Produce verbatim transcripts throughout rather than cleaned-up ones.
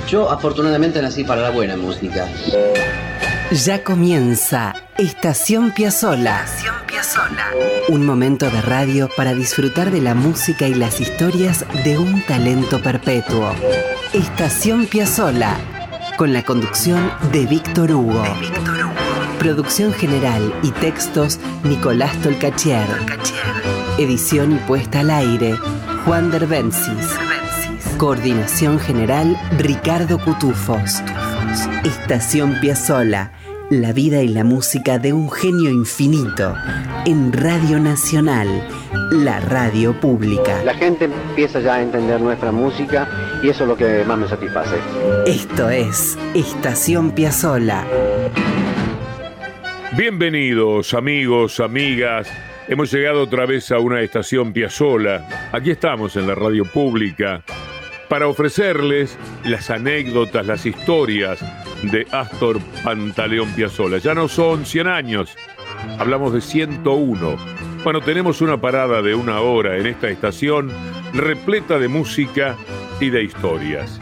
Yo afortunadamente nací para la buena música. Ya comienza Estación Piazzolla. Estación Piazzolla. Un momento de radio para disfrutar de la música y las historias de un talento perpetuo. Estación Piazzolla, con la conducción de Víctor Hugo. De Víctor Hugo. Producción general y textos, Nicolás Tolcachier. Edición y puesta al aire, Juan Derbencis. Coordinación general, Ricardo Cutufos. Estación Piazzolla, la vida y la música de un genio infinito, en Radio Nacional, la radio pública. La gente empieza ya a entender nuestra música y eso es lo que más me satisface. Esto es Estación Piazzolla. Bienvenidos, amigos, amigas. Hemos llegado otra vez a una Estación Piazzolla. Aquí estamos en la radio pública para ofrecerles las anécdotas, las historias de Astor Pantaleón Piazzolla. Ya no son cien años, hablamos de ciento uno. Bueno, tenemos una parada de una hora en esta estación repleta de música y de historias.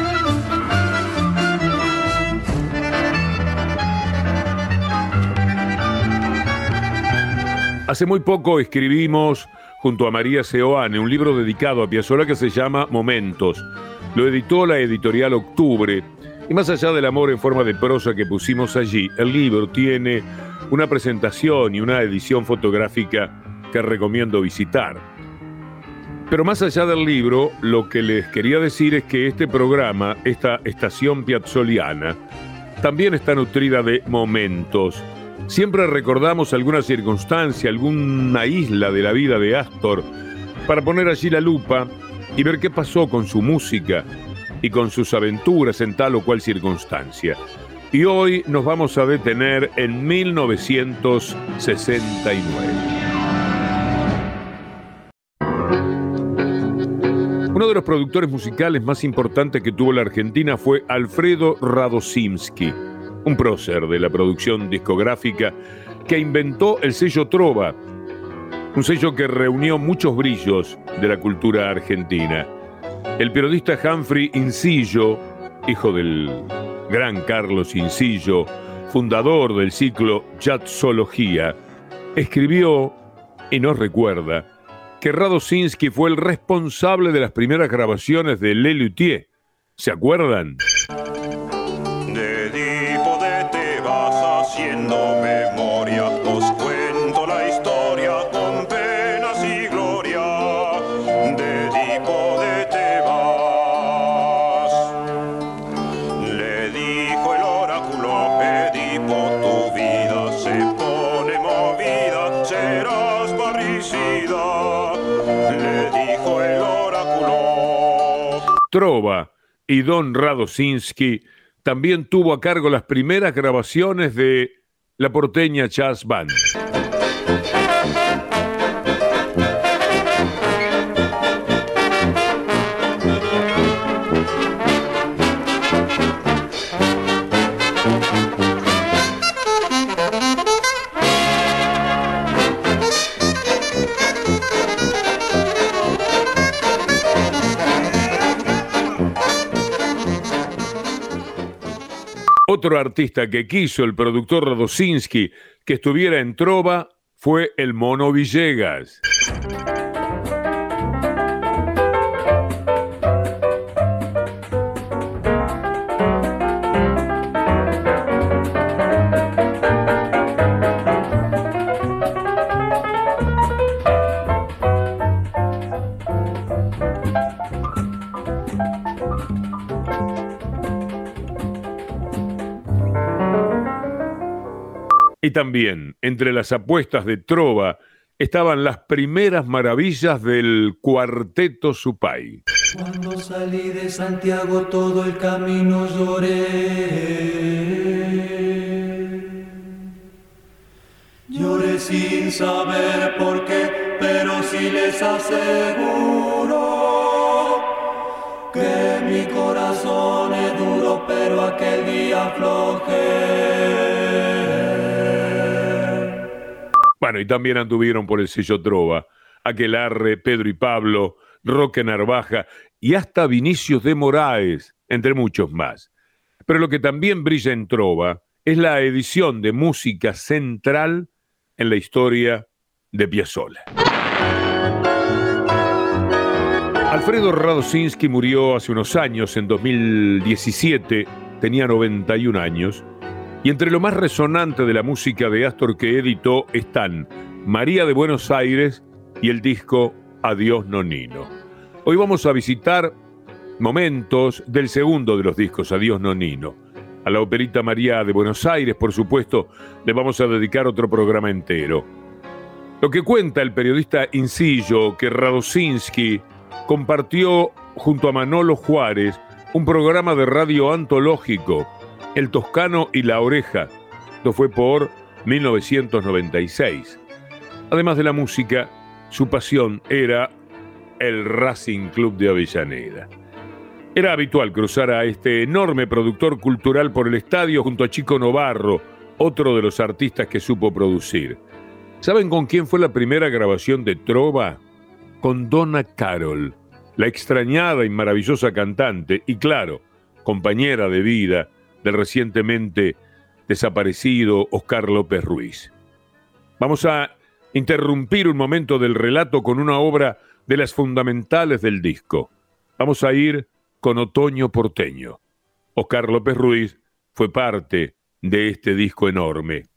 Hace muy poco escribimos junto a María Seoane un libro dedicado a Piazzolla que se llama Momentos. Lo editó la editorial Octubre. Y más allá del amor en forma de prosa que pusimos allí, el libro tiene una presentación y una edición fotográfica que recomiendo visitar. Pero más allá del libro, lo que les quería decir es que este programa, esta estación piazzoliana, también está nutrida de momentos. Siempre recordamos alguna circunstancia, alguna isla de la vida de Astor, para poner allí la lupa y ver qué pasó con su música y con sus aventuras en tal o cual circunstancia. Y hoy nos vamos a detener en mil novecientos sesenta y nueve. Uno de los productores musicales más importantes que tuvo la Argentina fue Alfredo Radosinski, un prócer de la producción discográfica que inventó el sello Trova, un sello que reunió muchos brillos de la cultura argentina. El periodista Humphrey Incillo, hijo del gran Carlos Incillo, fundador del ciclo Jazzología, escribió y nos recuerda que Radosinski fue el responsable de las primeras grabaciones de Le Luthier. ¿Se acuerdan? De Edipo de Tebas haciendo memoria, os cuento la historia con penas y gloria. De Edipo de Tebas le dijo el oráculo: Edipo, tu vida se pone movida, serás parricida. Le dijo el oráculo. Trova y don Radosinski también tuvo a cargo las primeras grabaciones de la porteña Jazz Band. Otro artista que quiso el productor Radosinski que estuviera en Trova fue el Mono Villegas. Y también, entre las apuestas de Trova, estaban las primeras maravillas del Cuarteto Supay. Cuando salí de Santiago todo el camino lloré. Lloré sin saber por qué, pero sí les aseguro que mi corazón es duro, pero aquel día aflojé. Bueno, y también anduvieron por el sello Trova Aquelarre, Pedro y Pablo, Roque Narvaja y hasta Vinicius de Moraes, entre muchos más. Pero lo que también brilla en Trova es la edición de música central en la historia de Piazzolla. Alfredo Radosinski murió hace unos años, en dos mil diecisiete, tenía noventa y un años, y entre lo más resonante de la música de Astor que editó están María de Buenos Aires y el disco Adiós Nonino. Hoy vamos a visitar momentos del segundo de los discos, Adiós Nonino. A la operita María de Buenos Aires, por supuesto, le vamos a dedicar otro programa entero. Lo que cuenta el periodista Incillo, que Radosinski compartió junto a Manolo Juárez un programa de radio antológico, El Toscano y la Oreja. Esto fue por mil novecientos noventa y seis. Además de la música, su pasión era el Racing Club de Avellaneda. Era habitual cruzar a este enorme productor cultural por el estadio junto a Chico Novarro, otro de los artistas que supo producir. ¿Saben con quién fue la primera grabación de Trova? Con Donna Carol, la extrañada y maravillosa cantante y, claro, compañera de vida del recientemente desaparecido Oscar López Ruiz. Vamos a interrumpir un momento del relato con una obra de las fundamentales del disco. Vamos a ir con Otoño Porteño. Oscar López Ruiz fue parte de este disco enorme.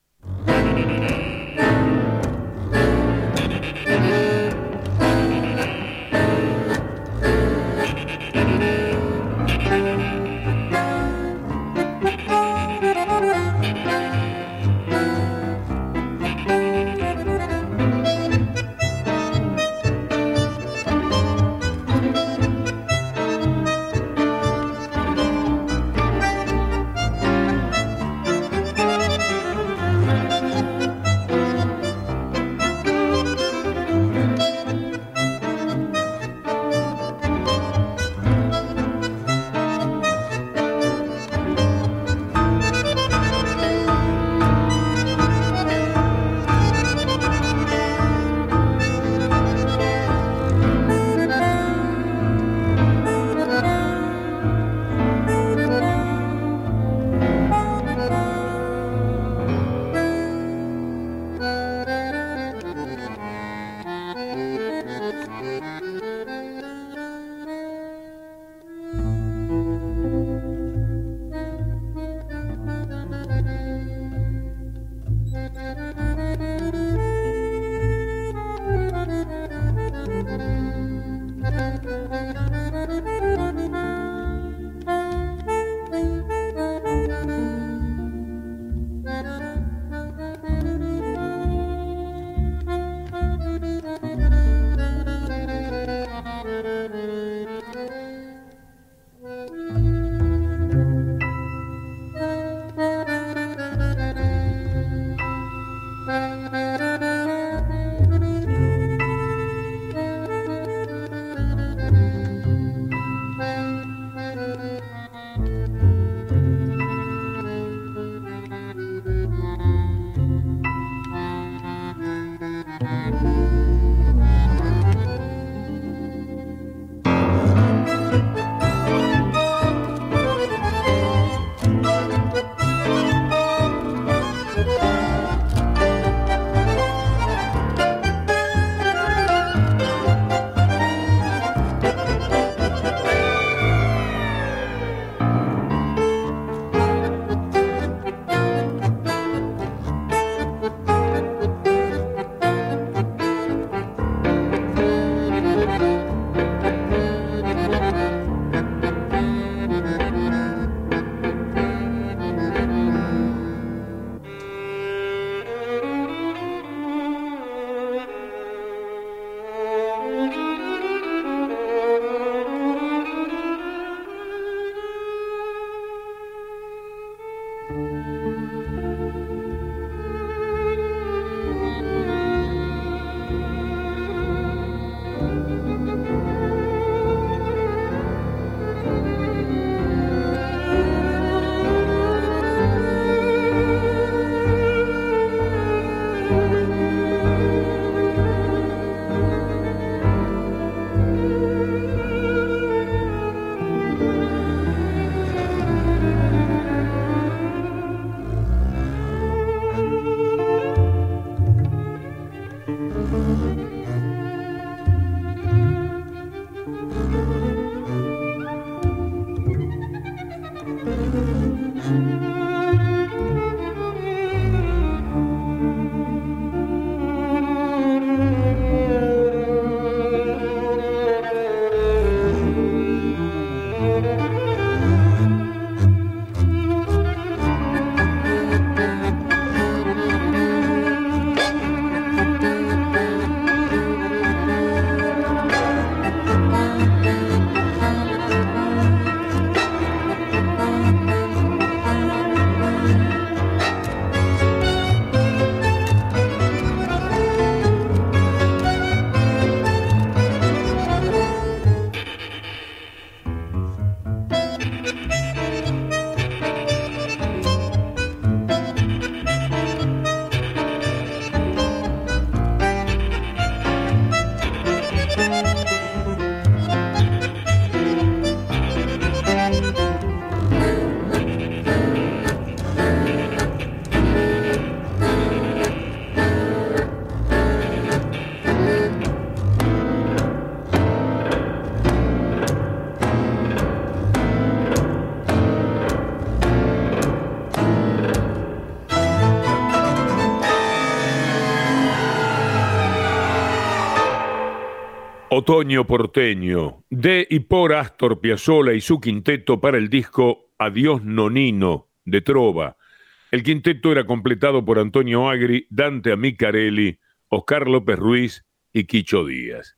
Otoño porteño, de y por Astor Piazzolla y su quinteto para el disco Adiós Nonino, de Trova. El quinteto era completado por Antonio Agri, Dante Amicarelli, Oscar López Ruiz y Quicho Díaz.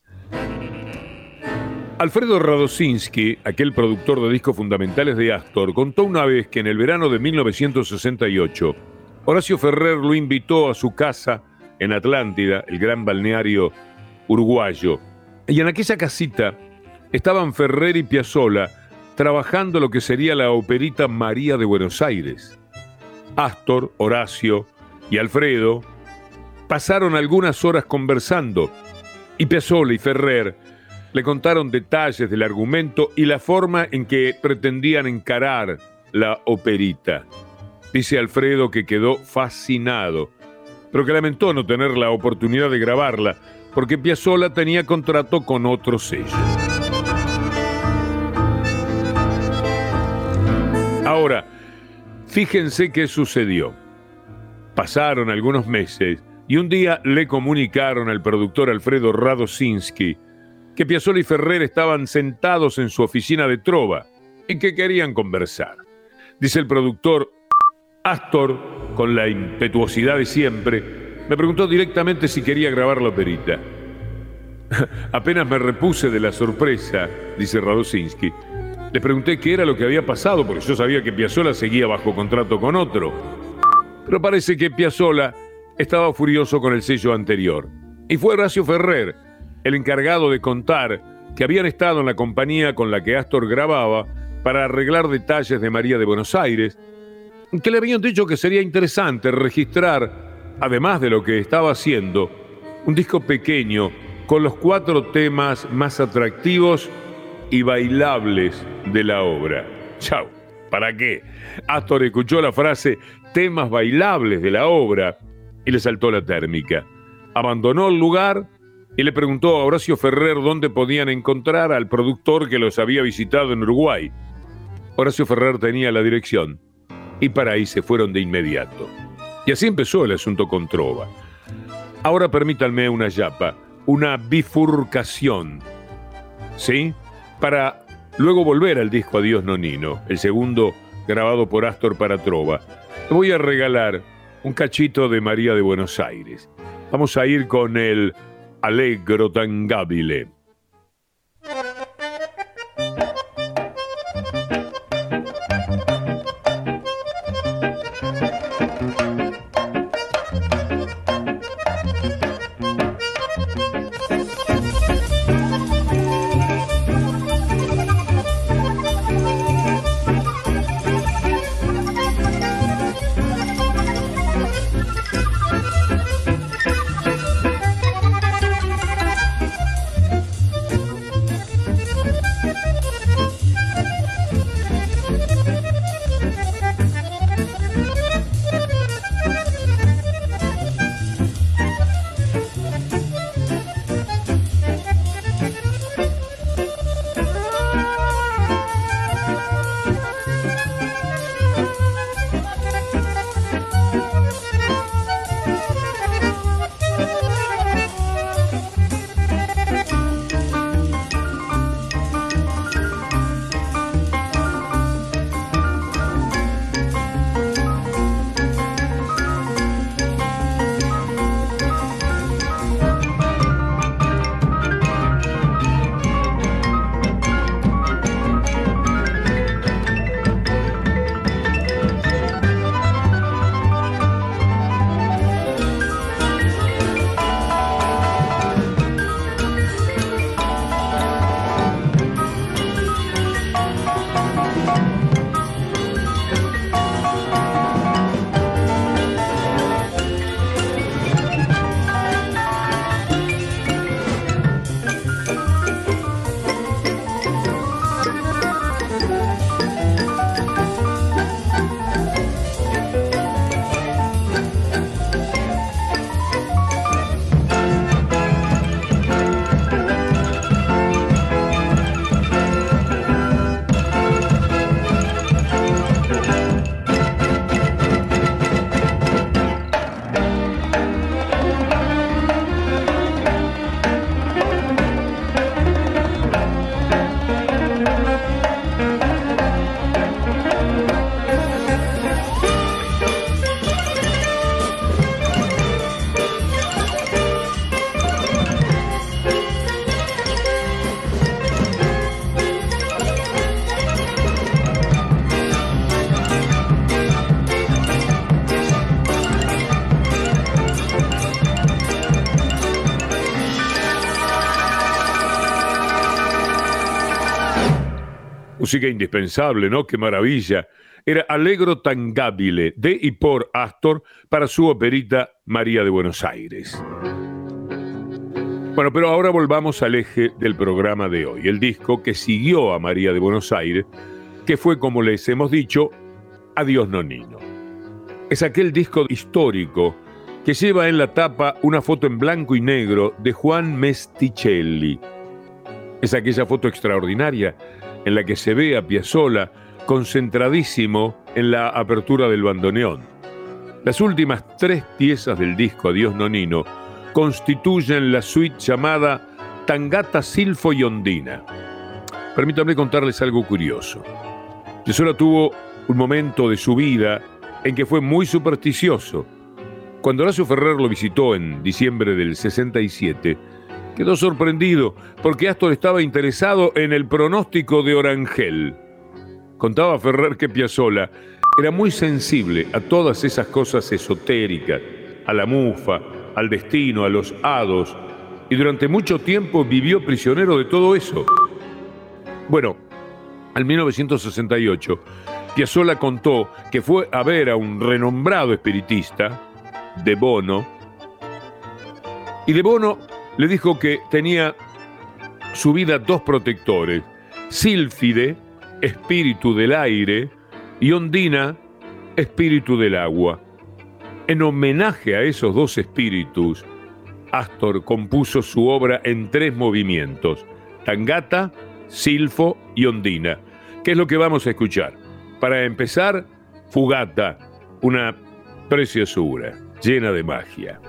Alfredo Radosinski, aquel productor de discos fundamentales de Astor, contó una vez que en el verano de mil novecientos sesenta y ocho, Horacio Ferrer lo invitó a su casa en Atlántida, el gran balneario uruguayo. Y en aquella casita estaban Ferrer y Piazzolla trabajando lo que sería la operita María de Buenos Aires. Astor, Horacio y Alfredo pasaron algunas horas conversando y Piazzolla y Ferrer le contaron detalles del argumento y la forma en que pretendían encarar la operita. Dice Alfredo que quedó fascinado, pero que lamentó no tener la oportunidad de grabarla porque Piazzolla tenía contrato con otro sello. Ahora, fíjense qué sucedió. Pasaron algunos meses y un día le comunicaron al productor Alfredo Radosinski que Piazzolla y Ferrer estaban sentados en su oficina de Trova y que querían conversar. Dice el productor, Astor, con la impetuosidad de siempre, me preguntó directamente si quería grabar la operita. Apenas me repuse de la sorpresa, dice Radosinski, le pregunté qué era lo que había pasado, porque yo sabía que Piazzolla seguía bajo contrato con otro. Pero parece que Piazzolla estaba furioso con el sello anterior. Y fue Horacio Ferrer el encargado de contar que habían estado en la compañía con la que Astor grababa para arreglar detalles de María de Buenos Aires, que le habían dicho que sería interesante registrar, además de lo que estaba haciendo, un disco pequeño con los cuatro temas más atractivos y bailables de la obra. Chau, ¿para qué? Astor escuchó la frase temas bailables de la obra y le saltó la térmica. Abandonó el lugar y le preguntó a Horacio Ferrer dónde podían encontrar al productor que los había visitado en Uruguay. Horacio Ferrer tenía la dirección y para ahí se fueron de inmediato. Y así empezó el asunto con Trova. Ahora permítanme una yapa, una bifurcación, ¿sí? Para luego volver al disco Adiós Nonino, el segundo grabado por Astor para Trova. Le voy a regalar un cachito de María de Buenos Aires. Vamos a ir con el Allegro Tangabile. música indispensable, ¿no? ¡Qué maravilla! Era Allegro tangabile, de y por Astor, para su operita María de Buenos Aires. Bueno, pero ahora volvamos al eje del programa de hoy, el disco que siguió a María de Buenos Aires, que fue, como les hemos dicho, Adiós Nonino. Es aquel disco histórico que lleva en la tapa una foto en blanco y negro de Juan Mesticelli. Es aquella foto extraordinaria en la que se ve a Piazzolla concentradísimo en la apertura del bandoneón. Las últimas tres piezas del disco Adiós Nonino constituyen la suite llamada Tangata, Silfo y Ondina. Permítanme contarles algo curioso. Piazzolla tuvo un momento de su vida en que fue muy supersticioso. Cuando Horacio Ferrer lo visitó en diciembre del sesenta y siete, quedó sorprendido porque Astor estaba interesado en el pronóstico de Orangel. Contaba Ferrer que Piazzolla era muy sensible a todas esas cosas esotéricas, a la mufa, al destino, a los hados, y durante mucho tiempo vivió prisionero de todo eso. Bueno, en mil novecientos sesenta y ocho, Piazzolla contó que fue a ver a un renombrado espiritista, De Bono, y De Bono le dijo que tenía su vida dos protectores, Sílfide, espíritu del aire, y Ondina, espíritu del agua. En homenaje a esos dos espíritus, Astor compuso su obra en tres movimientos: Tangata, Silfo y Ondina. ¿Qué es lo que vamos a escuchar? Para empezar, Fugata, una preciosura llena de magia.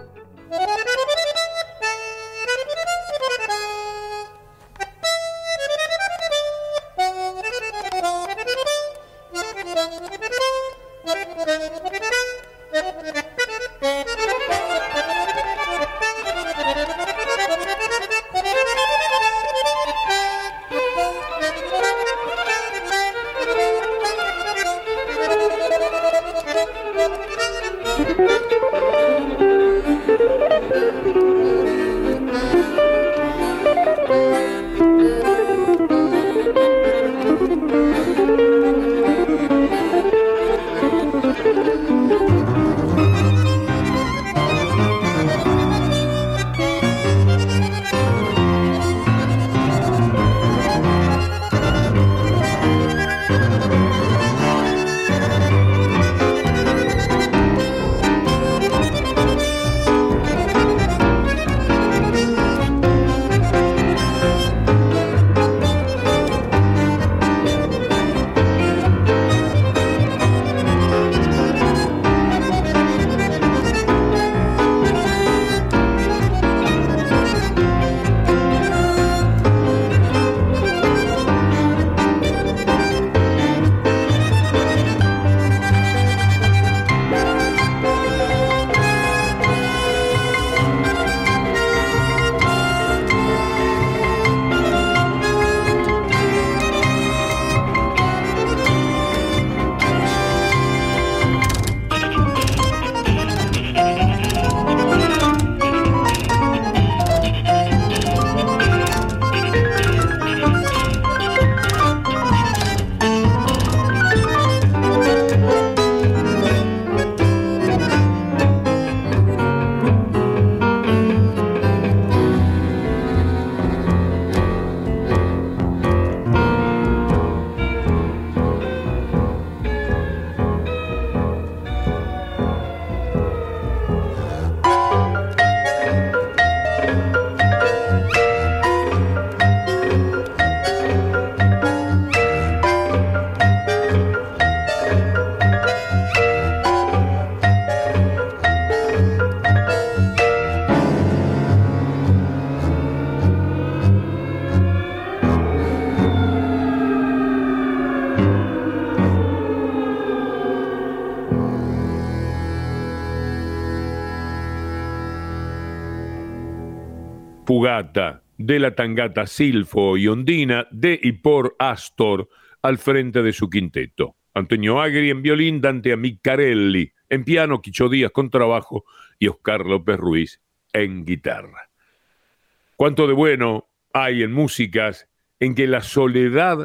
Fugata, de la Tangata, Silfo y Ondina, de y por Astor, al frente de su quinteto. Antonio Agri en violín, Dante Amicarelli en piano, Quicho Díaz con trabajo y Oscar López Ruiz en guitarra. Cuánto de bueno hay en músicas en que la soledad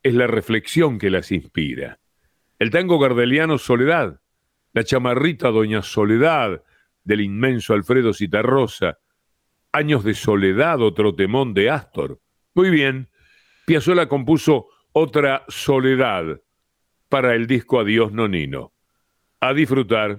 es la reflexión que las inspira. El tango gardeliano Soledad, la chamarrita Doña Soledad del inmenso Alfredo Zitarrosa, Años de Soledad o Trotemón de Astor. Muy bien, Piazzolla compuso otra Soledad para el disco Adiós Nonino. A disfrutar.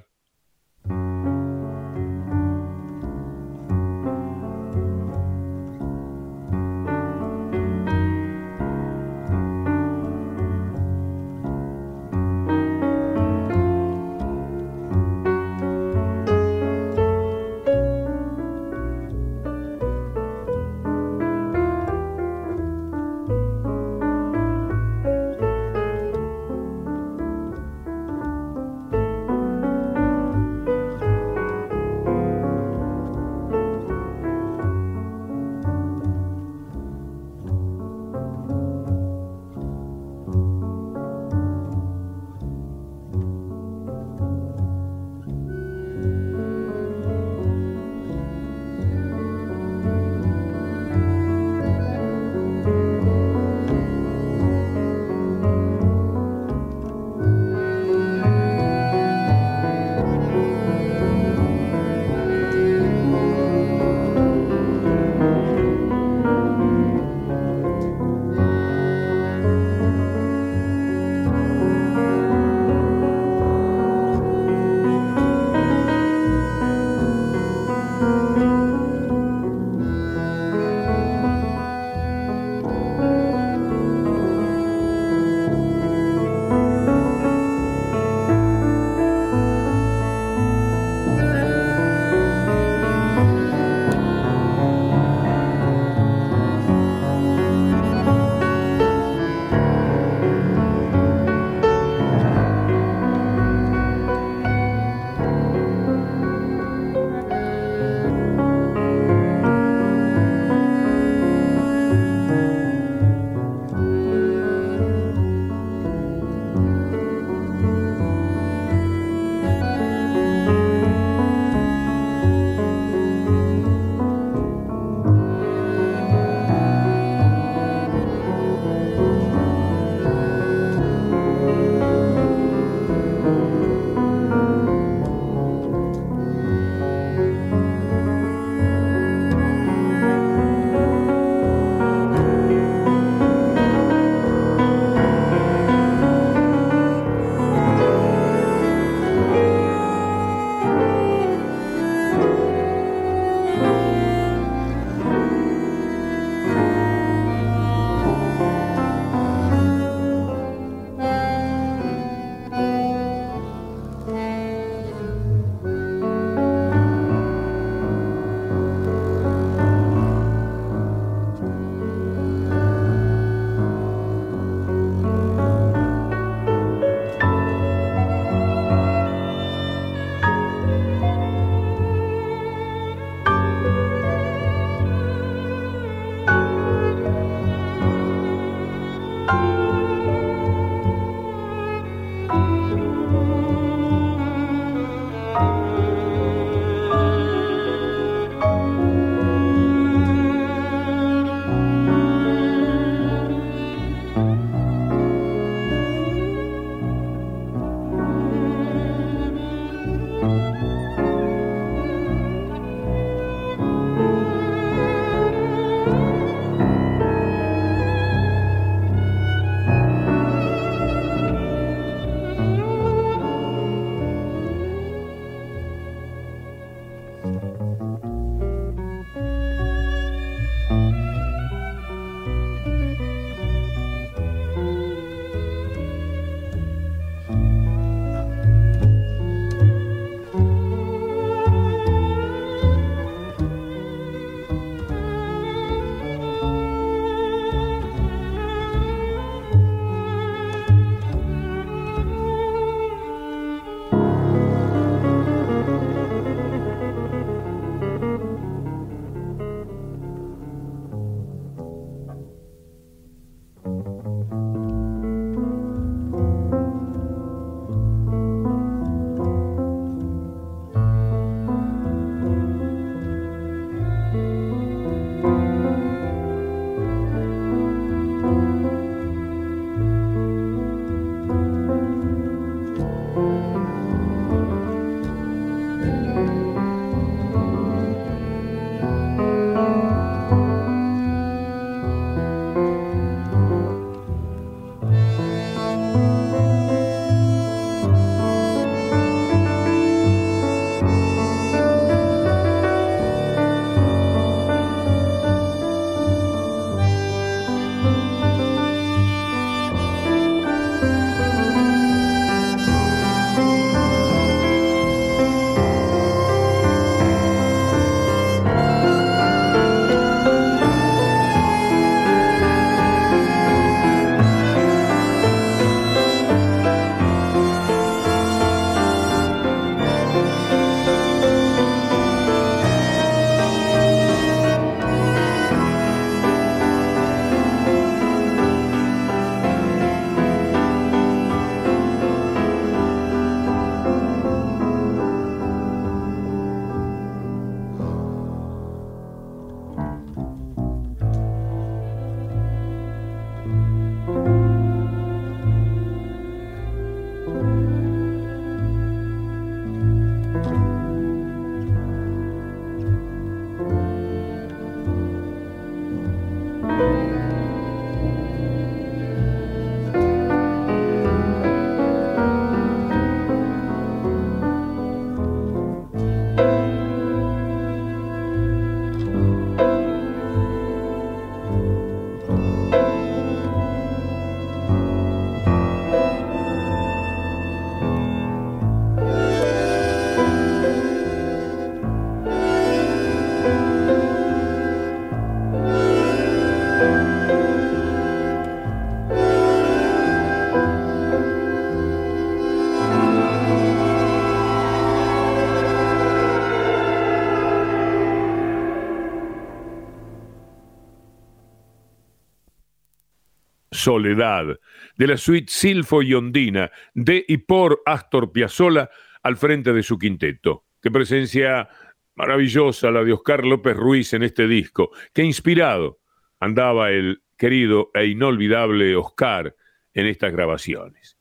Soledad, de la suite Silfo y Ondina, de y por Astor Piazzolla al frente de su quinteto. Qué presencia maravillosa la de Oscar López Ruiz en este disco. Qué inspirado andaba el querido e inolvidable Oscar en estas grabaciones.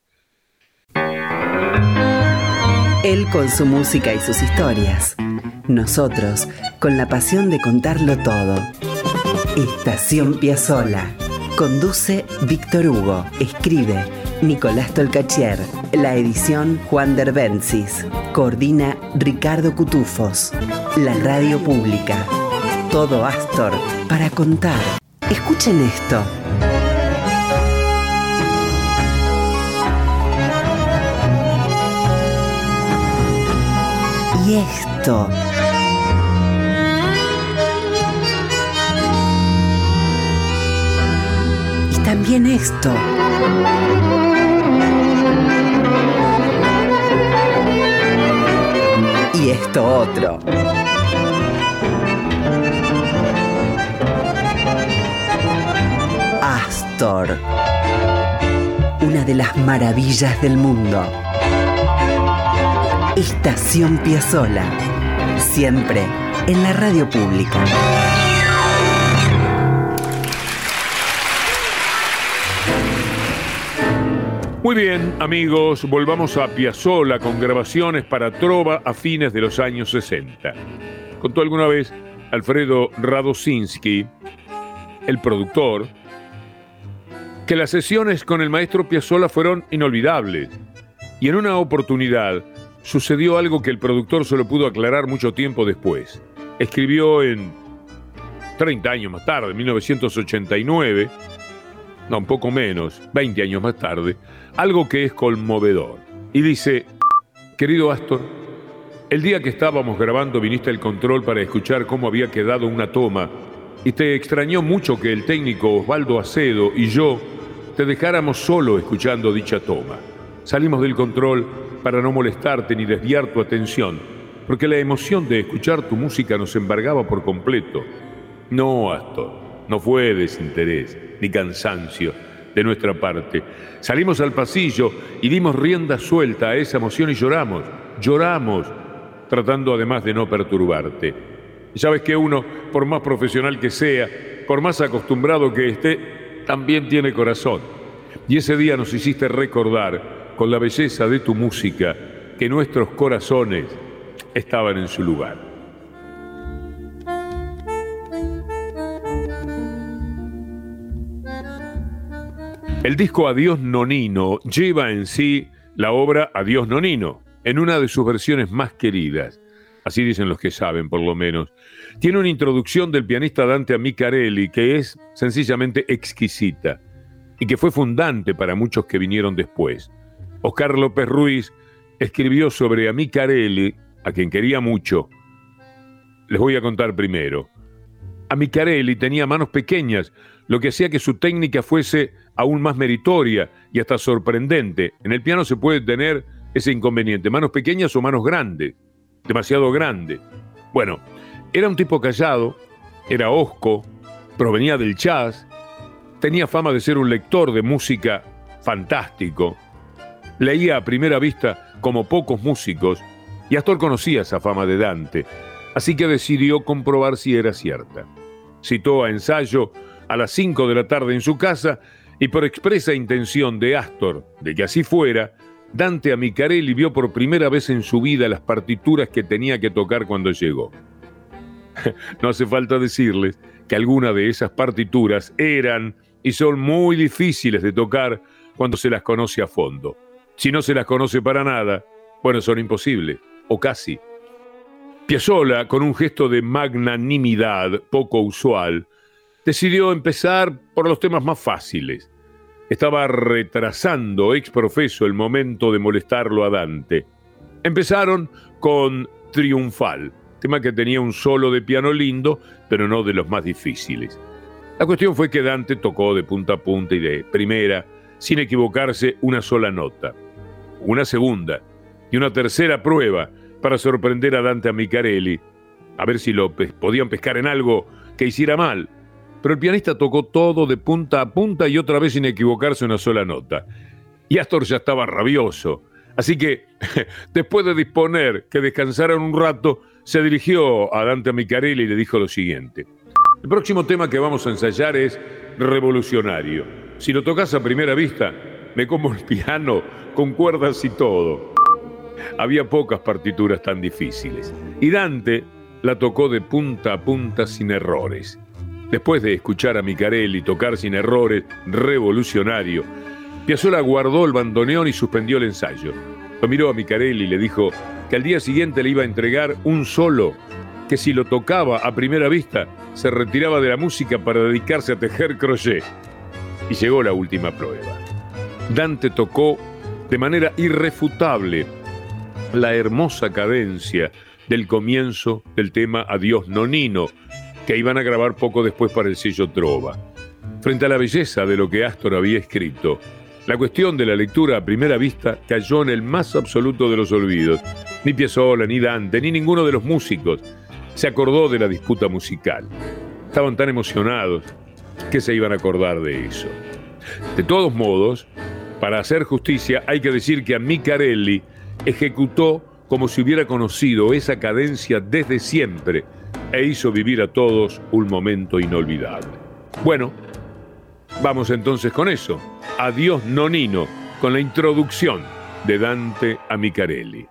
Él con su música y sus historias. Nosotros con la pasión de contarlo todo. Estación Piazzolla. Conduce Víctor Hugo. Escribe Nicolás Tolcachier. La edición Juan Derbencis. Coordina Ricardo Cutufos. La radio pública. Todo Astor para contar. Escuchen esto. Y esto. Y también esto. Y esto otro. Astor. Una de las maravillas del mundo. Estación Piazzolla. Siempre en la radio pública. Muy bien, amigos, volvamos a Piazzolla con grabaciones para trova a fines de los años sesenta. Contó alguna vez Alfredo Radosinski, el productor, que las sesiones con el maestro Piazzolla fueron inolvidables. Y en una oportunidad sucedió algo que el productor solo pudo aclarar mucho tiempo después. Escribió en treinta años más tarde, en mil novecientos ochenta y nueve, no, un poco menos, veinte años más tarde, algo que es conmovedor. Y dice: querido Astor, el día que estábamos grabando viniste al control para escuchar cómo había quedado una toma y te extrañó mucho que el técnico Osvaldo Acedo y yo te dejáramos solo escuchando dicha toma. Salimos del control para no molestarte ni desviar tu atención, porque la emoción de escuchar tu música nos embargaba por completo. No, Astor, no fue desinterés ni cansancio de nuestra parte. Salimos al pasillo y dimos rienda suelta a esa emoción y lloramos, lloramos, tratando además de no perturbarte. Y sabes que uno, por más profesional que sea, por más acostumbrado que esté, también tiene corazón. Y ese día nos hiciste recordar, con la belleza de tu música, que nuestros corazones estaban en su lugar. El disco Adiós Nonino lleva en sí la obra Adiós Nonino, en una de sus versiones más queridas. Así dicen los que saben, por lo menos. Tiene una introducción del pianista Dante Amicarelli que es sencillamente exquisita y que fue fundante para muchos que vinieron después. Oscar López Ruiz escribió sobre Amicarelli, a quien quería mucho. Les voy a contar primero. Amicarelli tenía manos pequeñas, lo que hacía que su técnica fuese aún más meritoria y hasta sorprendente. En el piano se puede tener ese inconveniente, manos pequeñas o manos grandes, demasiado grandes. Bueno, era un tipo callado, era hosco, provenía del jazz, tenía fama de ser un lector de música fantástico, leía a primera vista como pocos músicos, y Astor conocía esa fama de Dante, así que decidió comprobar si era cierta. Citó a ensayo a las cinco de la tarde en su casa, y por expresa intención de Astor de que así fuera, Dante Amicarelli vio por primera vez en su vida las partituras que tenía que tocar cuando llegó. No hace falta decirles que algunas de esas partituras eran y son muy difíciles de tocar cuando se las conoce a fondo. Si no se las conoce para nada, bueno, son imposibles, o casi. Piazzolla, con un gesto de magnanimidad poco usual, decidió empezar por los temas más fáciles. Estaba retrasando ex profeso el momento de molestarlo a Dante. Empezaron con Triunfal, tema que tenía un solo de piano lindo, pero no de los más difíciles. La cuestión fue que Dante tocó de punta a punta y de primera, sin equivocarse una sola nota. Una segunda y una tercera prueba para sorprender a Dante Amicarelli, a ver si lo pe- podían pescar en algo que hiciera mal. pero el pianista tocó todo de punta a punta y otra vez sin equivocarse una sola nota. Y Astor ya estaba rabioso. Así que, después de disponer que descansaran un rato, se dirigió a Dante Amicarelli y le dijo lo siguiente. El próximo tema que vamos a ensayar es Revolucionario. Si lo tocas a primera vista, me como el piano con cuerdas y todo. Había pocas partituras tan difíciles. Y Dante la tocó de punta a punta sin errores. Después de escuchar a Amicarelli tocar sin errores Revolucionario, Piazzolla guardó el bandoneón y suspendió el ensayo. Lo miró a Amicarelli y le dijo que al día siguiente le iba a entregar un solo, que si lo tocaba a primera vista, se retiraba de la música para dedicarse a tejer crochet. Y llegó la última prueba. Dante tocó de manera irrefutable la hermosa cadencia del comienzo del tema Adiós Nonino, que iban a grabar poco después para el sello Trova. Frente a la belleza de lo que Astor había escrito, la cuestión de la lectura a primera vista cayó en el más absoluto de los olvidos. Ni Piazzolla, ni Dante, ni ninguno de los músicos se acordó de la disputa musical. Estaban tan emocionados que se iban a acordar de eso. De todos modos, para hacer justicia, hay que decir que Amicarelli ejecutó como si hubiera conocido esa cadencia desde siempre e hizo vivir a todos un momento inolvidable. Bueno, vamos entonces con eso. Adiós Nonino, con la introducción de Dante Amicarelli.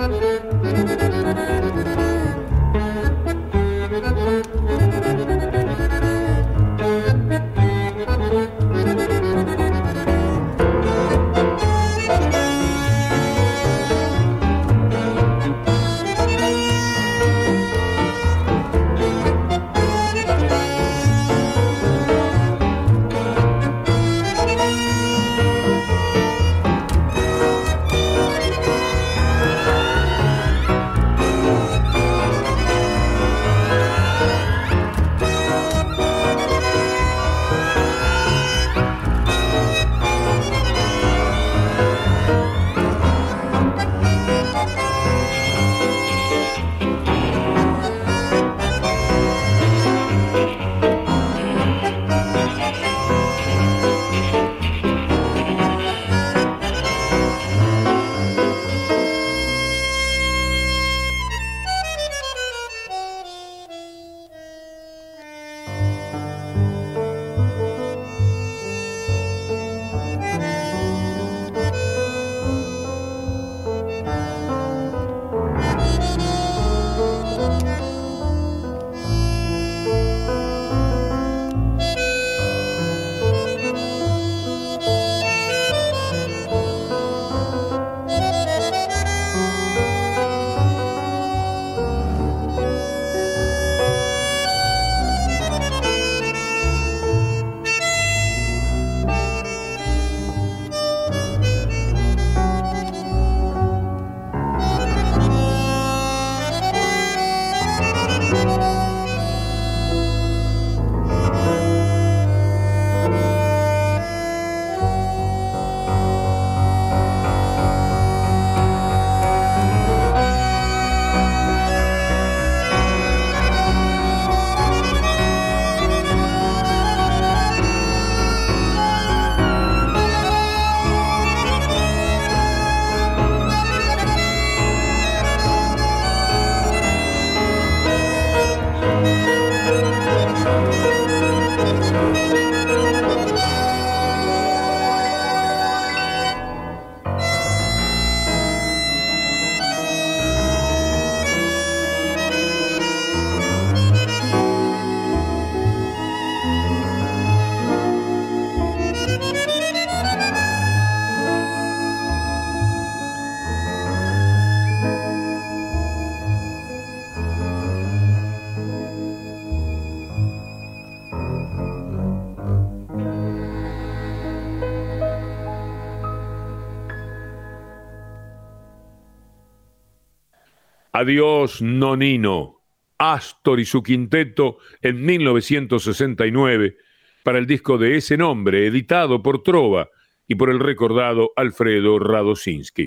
Adiós, Nonino, Astor y su quinteto en mil novecientos sesenta y nueve para el disco de ese nombre, editado por Trova y por el recordado Alfredo Radosinski.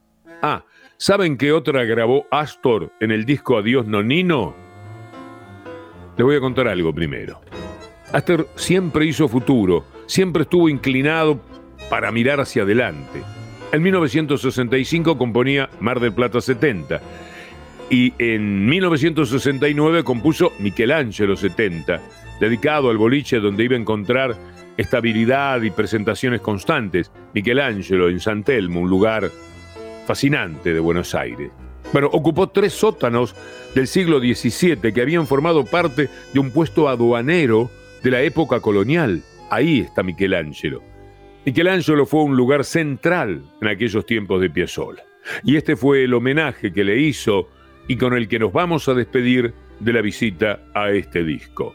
Ah, ¿saben qué otra grabó Astor en el disco Adiós, Nonino? Les voy a contar algo primero. Astor siempre hizo futuro, siempre estuvo inclinado para mirar hacia adelante. En mil novecientos sesenta y cinco componía Mar del Plata setenta y en mil novecientos sesenta y nueve compuso Michelangelo setenta, dedicado al boliche donde iba a encontrar estabilidad y presentaciones constantes, Michelangelo en San Telmo, un lugar fascinante de Buenos Aires. Bueno, ocupó tres sótanos del siglo diecisiete que habían formado parte de un puesto aduanero de la época colonial. Ahí está Michelangelo. Michelangelo fue un lugar central en aquellos tiempos de Piazzolla. Y este fue el homenaje que le hizo y con el que nos vamos a despedir de la visita a este disco.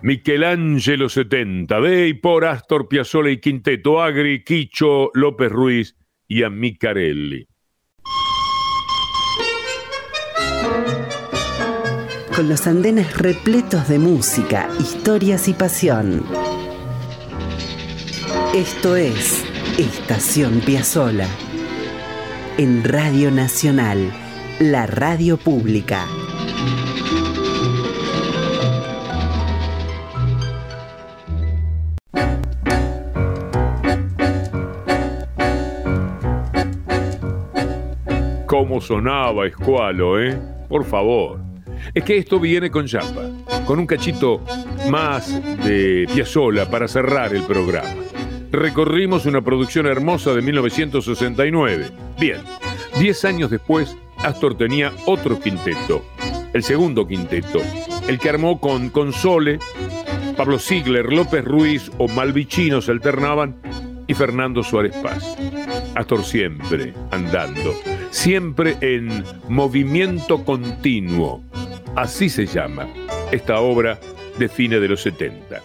Michelangelo setenta, de y por Astor Piazzolla y Quinteto, Agri, Quicho, López Ruiz y Amicarelli. Con los andenes repletos de música, historias y pasión. Esto es Estación Piazzolla. En Radio Nacional, la radio pública. ¿Cómo sonaba Escualo, eh? Por favor. Es que esto viene con chapa, con un cachito más de Piazzolla para cerrar el programa. Recorrimos una producción hermosa de mil novecientos sesenta y nueve. Bien, diez años después, Astor tenía otro quinteto, el segundo quinteto, el que armó con Console, Pablo Ziegler, López Ruiz o Malvicino se alternaban y Fernando Suárez Paz. Astor siempre andando, siempre en movimiento continuo. Así se llama esta obra de fines de los setenta.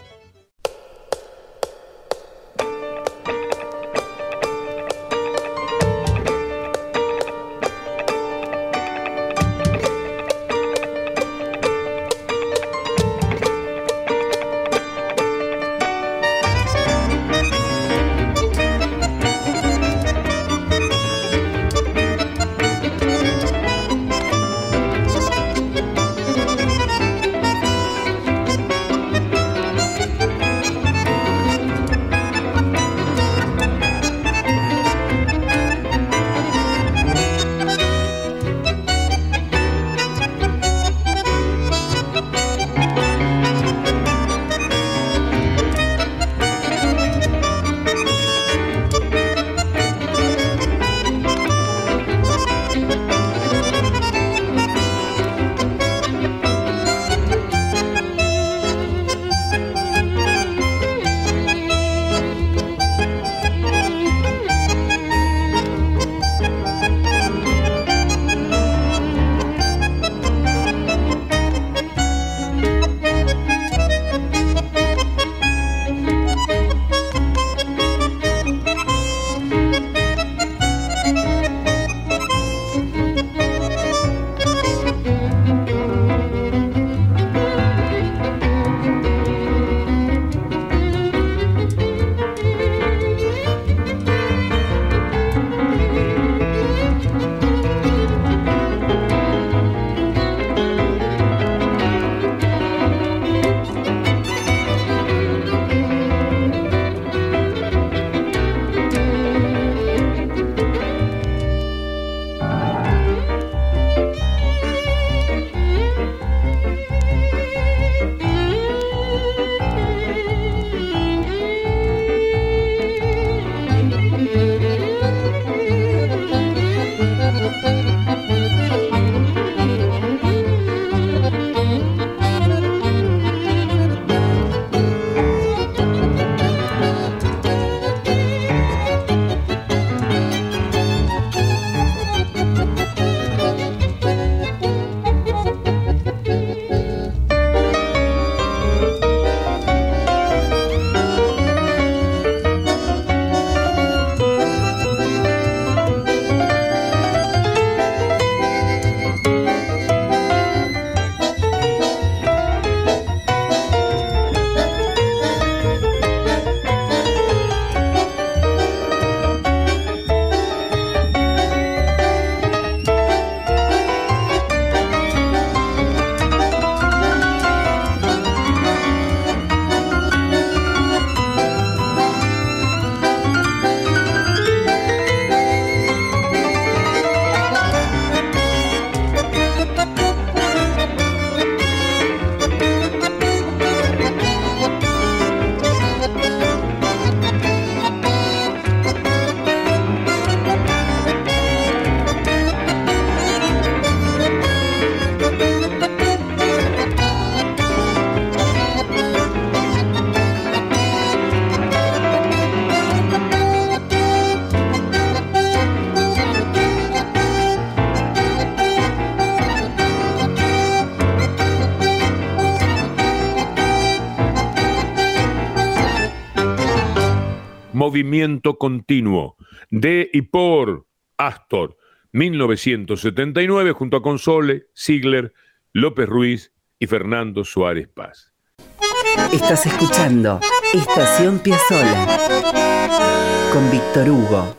Movimiento Continuo, de y por Astor, mil novecientos setenta y nueve, junto a Console, Ziegler, López Ruiz y Fernando Suárez Paz. Estás escuchando Estación Piazzolla con Víctor Hugo.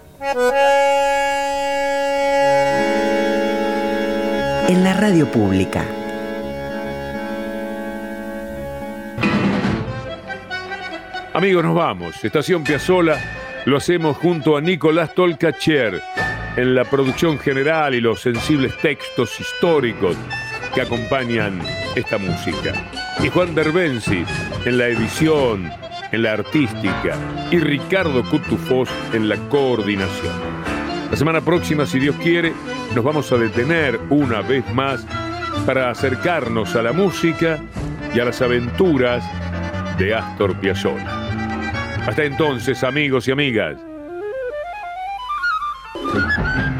En la radio pública. Amigos, nos vamos. Estación Piazzolla lo hacemos junto a Nicolás Tolcacher en la producción general y los sensibles textos históricos que acompañan esta música. Y Juan Derbensi en la edición, en la artística, y Ricardo Cutufós en la coordinación. La semana próxima, si Dios quiere, nos vamos a detener una vez más para acercarnos a la música y a las aventuras de Astor Piazzolla. Hasta entonces, amigos y amigas.